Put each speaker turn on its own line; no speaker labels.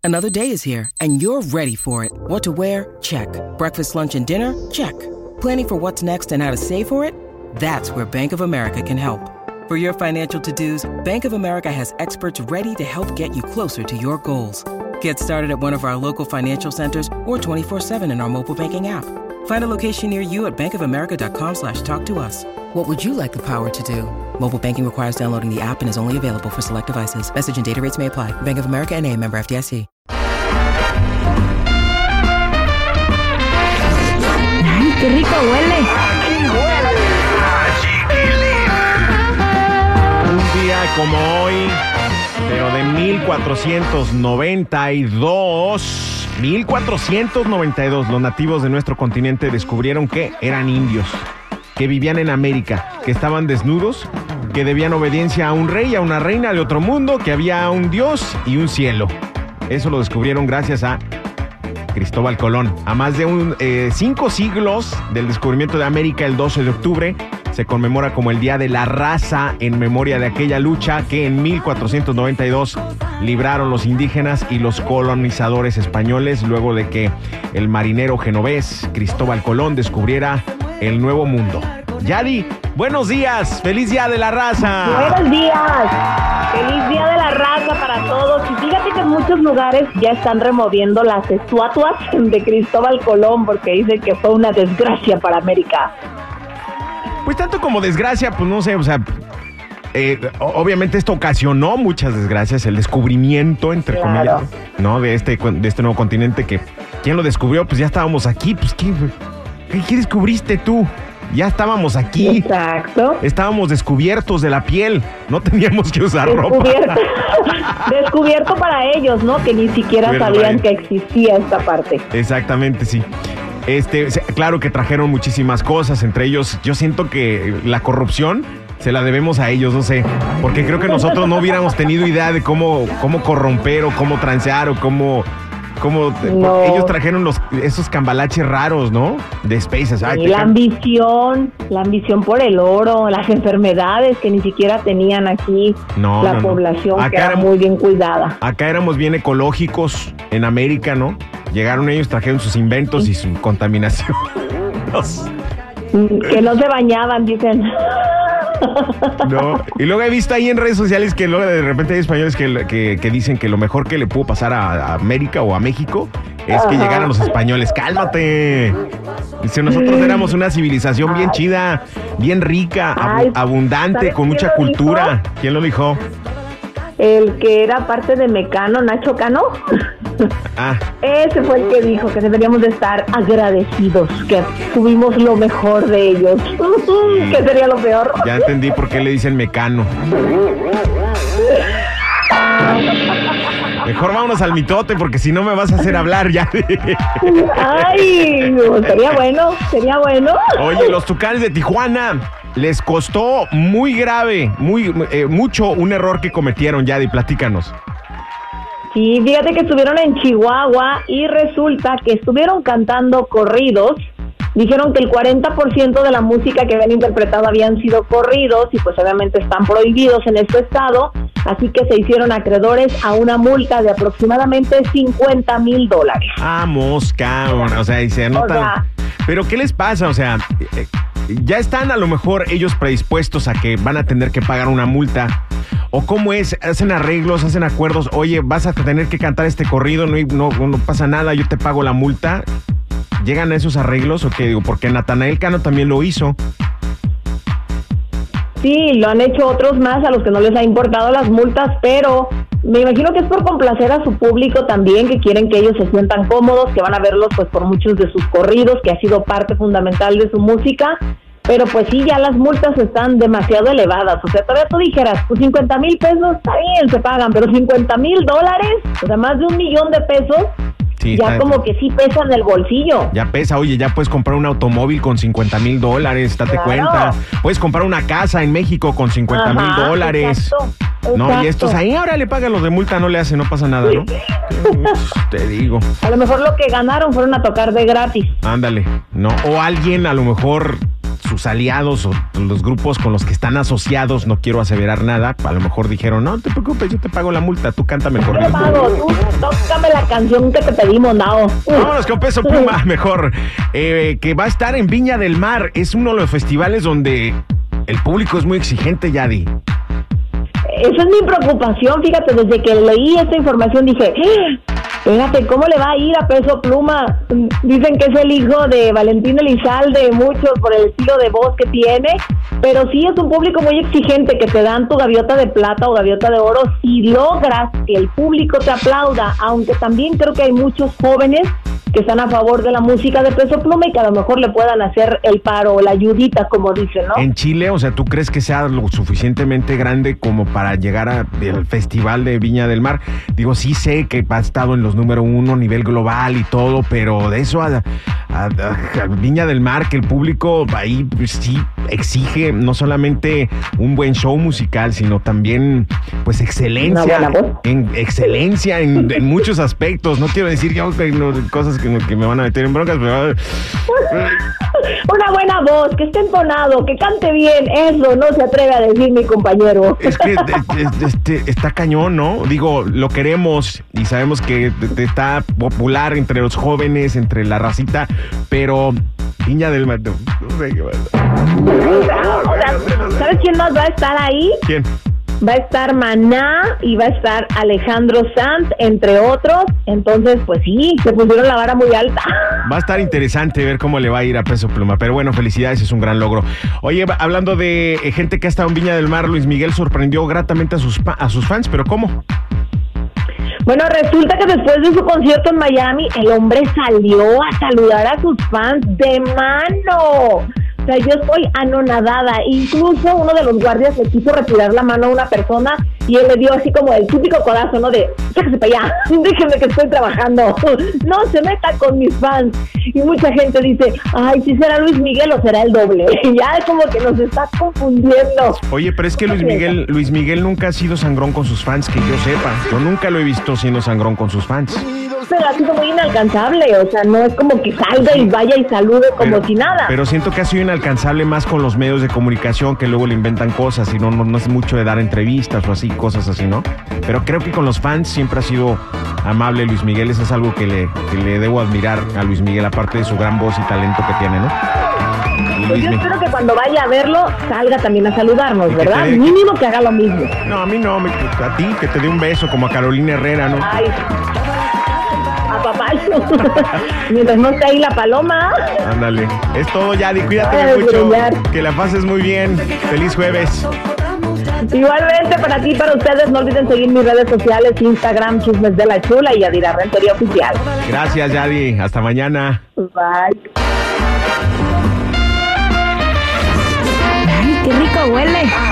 Another day is here, and you're ready for it. What to wear? Check. Breakfast, lunch, and dinner? Check. Planning for what's next and how to save for it? That's where Bank of America can help. For your financial to-dos, Bank of America has experts ready to help get you closer to your goals. Get started at one of our local financial centers or 24/7 in our mobile banking app. Find a location near you at bankofamerica.com/talktous. What would you like the power to do? Mobile banking requires downloading the app and is only available for select devices. Message and data rates may apply. Bank of America N.A., member FDIC.
¡Ay, qué rico huele!
Aquí huele a chiquilín.
Un día como hoy, pero de 1492, los nativos de nuestro continente descubrieron que eran indios, que vivían en América, que estaban desnudos, que debían obediencia a un rey, a una reina de otro mundo, que había un dios y un cielo. Eso lo descubrieron gracias a Cristóbal Colón. A más de 5 siglos del descubrimiento de América, el 12 de octubre, se conmemora como el Día de la Raza en memoria de aquella lucha que en 1492 libraron los indígenas y los colonizadores españoles luego de que el marinero genovés Cristóbal Colón descubriera el Nuevo Mundo. Yadi, buenos días, feliz Día de la Raza.
Buenos días, feliz Día de la Raza para todos. Y fíjate que en muchos lugares ya están removiendo las estatuas de Cristóbal Colón porque dicen que fue una desgracia para América.
Pues tanto como desgracia, pues no sé, o sea, obviamente esto ocasionó muchas desgracias, el descubrimiento, entre comillas, ¿no? De este nuevo continente que, ¿quién lo descubrió? Pues ya estábamos aquí, pues ¿qué descubriste tú? Ya estábamos aquí.
Exacto.
Estábamos descubiertos de la piel, no teníamos que usar ropa.
Descubierto para ellos, ¿no? Que ni siquiera sabían que existía esta parte.
Exactamente, sí. Claro que trajeron muchísimas cosas, entre ellos yo siento que la corrupción se la debemos a ellos, no sé, porque creo que nosotros no hubiéramos tenido idea de cómo corromper o cómo transear o cómo no. Ellos trajeron esos cambalaches raros, ¿no? De Spaces.
Y la ambición por el oro, las enfermedades que ni siquiera tenían aquí la población, que era muy bien cuidada.
Acá éramos bien ecológicos en América, ¿no? Llegaron ellos, trajeron sus inventos y su contaminación.
Que no se bañaban, dicen.
No. Y luego he visto ahí en redes sociales que luego de repente hay españoles que dicen que lo mejor que le pudo pasar a América o a México es que llegaran los españoles. ¡Cálmate! Dice, nosotros éramos una civilización bien chida, bien rica, abundante, con mucha cultura.
Dijo?
¿Quién lo dijo?
El que era parte de Mecano, Nacho Cano. Ese fue el que dijo que deberíamos de estar agradecidos, que tuvimos lo mejor de ellos. ¿Qué sería lo peor?
Ya entendí por qué le dicen Mecano. Mejor vámonos al mitote, porque si no me vas a hacer hablar ya.
Ay, sería bueno.
Oye, los Tucanes de Tijuana les costó muy grave, mucho un error que cometieron, Yadi, platícanos.
Sí, fíjate que estuvieron en Chihuahua y resulta que estuvieron cantando corridos. Dijeron que el 40% de la música que habían interpretado habían sido corridos y pues obviamente están prohibidos en este estado, así que se hicieron acreedores a una multa de aproximadamente $50,000.
Vamos, cabrón, o sea, y se anotan. Pero ¿qué les pasa? O sea, ya están a lo mejor ellos predispuestos a que van a tener que pagar una multa. ¿O cómo es? ¿Hacen arreglos, hacen acuerdos? Oye, vas a tener que cantar este corrido, no pasa nada, yo te pago la multa. ¿Llegan a esos arreglos o qué? Digo, porque Natanael Cano también lo hizo.
Sí, lo han hecho otros más a los que no les ha importado las multas, pero me imagino que es por complacer a su público también, que quieren que ellos se sientan cómodos, que van a verlos pues por muchos de sus corridos, que ha sido parte fundamental de su música. Pero pues sí, ya las multas están demasiado elevadas. O sea, todavía tú dijeras, pues 50,000 pesos, está bien, se pagan, pero $50,000, o sea, más de $1 millón, sí, ya como que sí pesa en el bolsillo.
Ya pesa, oye, ya puedes comprar un automóvil con $50,000, date cuenta. Puedes comprar una casa en México con $50,000.
Exacto.
No, y estos ahí ahora le pagan los de multa, no le hacen, no pasa nada, ¿no? Te digo.
A lo mejor lo que ganaron fueron a tocar de gratis.
Ándale, no. O alguien a lo mejor sus aliados o los grupos con los que están asociados, no quiero aseverar nada, a lo mejor dijeron, no te preocupes, yo te pago la multa, tú cántame el
Yo
corrido.
te pago, tú tócame la canción que te pedimos, Nao.
Vámonos con Peso Pluma, mejor. Que va a estar en Viña del Mar. Es uno de los festivales donde el público es muy exigente, Yadi.
Esa es mi preocupación, fíjate, desde que leí esta información dije, fíjate, ¿cómo le va a ir a Peso Pluma? Dicen que es el hijo de Valentín Elizalde, muchos por el estilo de voz que tiene, pero sí es un público muy exigente, que te dan tu gaviota de plata o gaviota de oro si logras que el público te aplauda, aunque también creo que hay muchos jóvenes que están a favor de la música de Peso Pluma y que a lo mejor le puedan hacer el paro o la ayudita, como dicen, ¿no?
En Chile, o sea, ¿tú crees que sea lo suficientemente grande como para llegar al Festival de Viña del Mar? Digo, sí sé que ha estado en los número 1 a nivel global y todo, pero de eso a Viña del Mar, que el público ahí pues, sí exige no solamente un buen show musical, sino también pues excelencia, excelencia en muchos aspectos. No quiero decir yo cosas que me van a meter en broncas, pero
una buena voz, que esté entonado, que cante bien, eso no se atreve a decir mi compañero.
es que está cañón, ¿no? Digo, lo queremos y sabemos que está popular entre los jóvenes, entre la racita, pero Viña del Mar, no sé qué va a estar.
¿Sabes quién más va a estar ahí?
¿Quién?
Va a estar Maná y va a estar Alejandro Sanz, entre otros. Entonces, pues sí, se pusieron la vara muy alta.
Va a estar interesante ver cómo le va a ir a Peso Pluma. Pero bueno, felicidades, es un gran logro. Oye, hablando de gente que ha estado en Viña del Mar, Luis Miguel sorprendió gratamente a sus fans, ¿pero cómo?
Bueno, resulta que después de su concierto en Miami, el hombre salió a saludar a sus fans de mano. O sea, yo estoy anonadada. Incluso uno de los guardias le quiso retirar la mano a una persona y él le dio así como el típico codazo, ¿no? De, sáquese para allá, déjenme que estoy trabajando. No se meta con mis fans. Y mucha gente dice, ay, ¿sí será Luis Miguel o será el doble? Ya como que nos está confundiendo.
Oye, pero es que Luis Miguel nunca ha sido sangrón con sus fans, que yo sepa. Yo nunca lo he visto siendo sangrón con sus fans.
Pero ha sido muy inalcanzable, o sea, no es como que salga y vaya y salude como si nada.
Pero siento que ha sido inalcanzable más con los medios de comunicación, que luego le inventan cosas y no es mucho de dar entrevistas o así, cosas así, ¿no? Pero creo que con los fans siempre ha sido amable Luis Miguel. Eso es algo que le debo admirar a Luis Miguel, aparte de su gran voz y talento que tiene, ¿no?
Pues yo espero que cuando vaya a verlo salga también a saludarnos, ¿verdad? Mínimo que haga lo mismo.
No, a mí no, a ti, que te dé un beso como a Carolina Herrera, ¿no?
Ay, a papacho. Mientras no esté ahí la paloma.
Ándale. Es todo, Yadi, cuídate mucho. Que la pases muy bien. Feliz jueves.
Igualmente para ti y para ustedes, no olviden seguir mis redes sociales, Instagram, Chismes de la Chula y Yadira Rentería Oficial.
Gracias, Yadi. Hasta mañana.
Bye.
¡Ay, qué rico huele!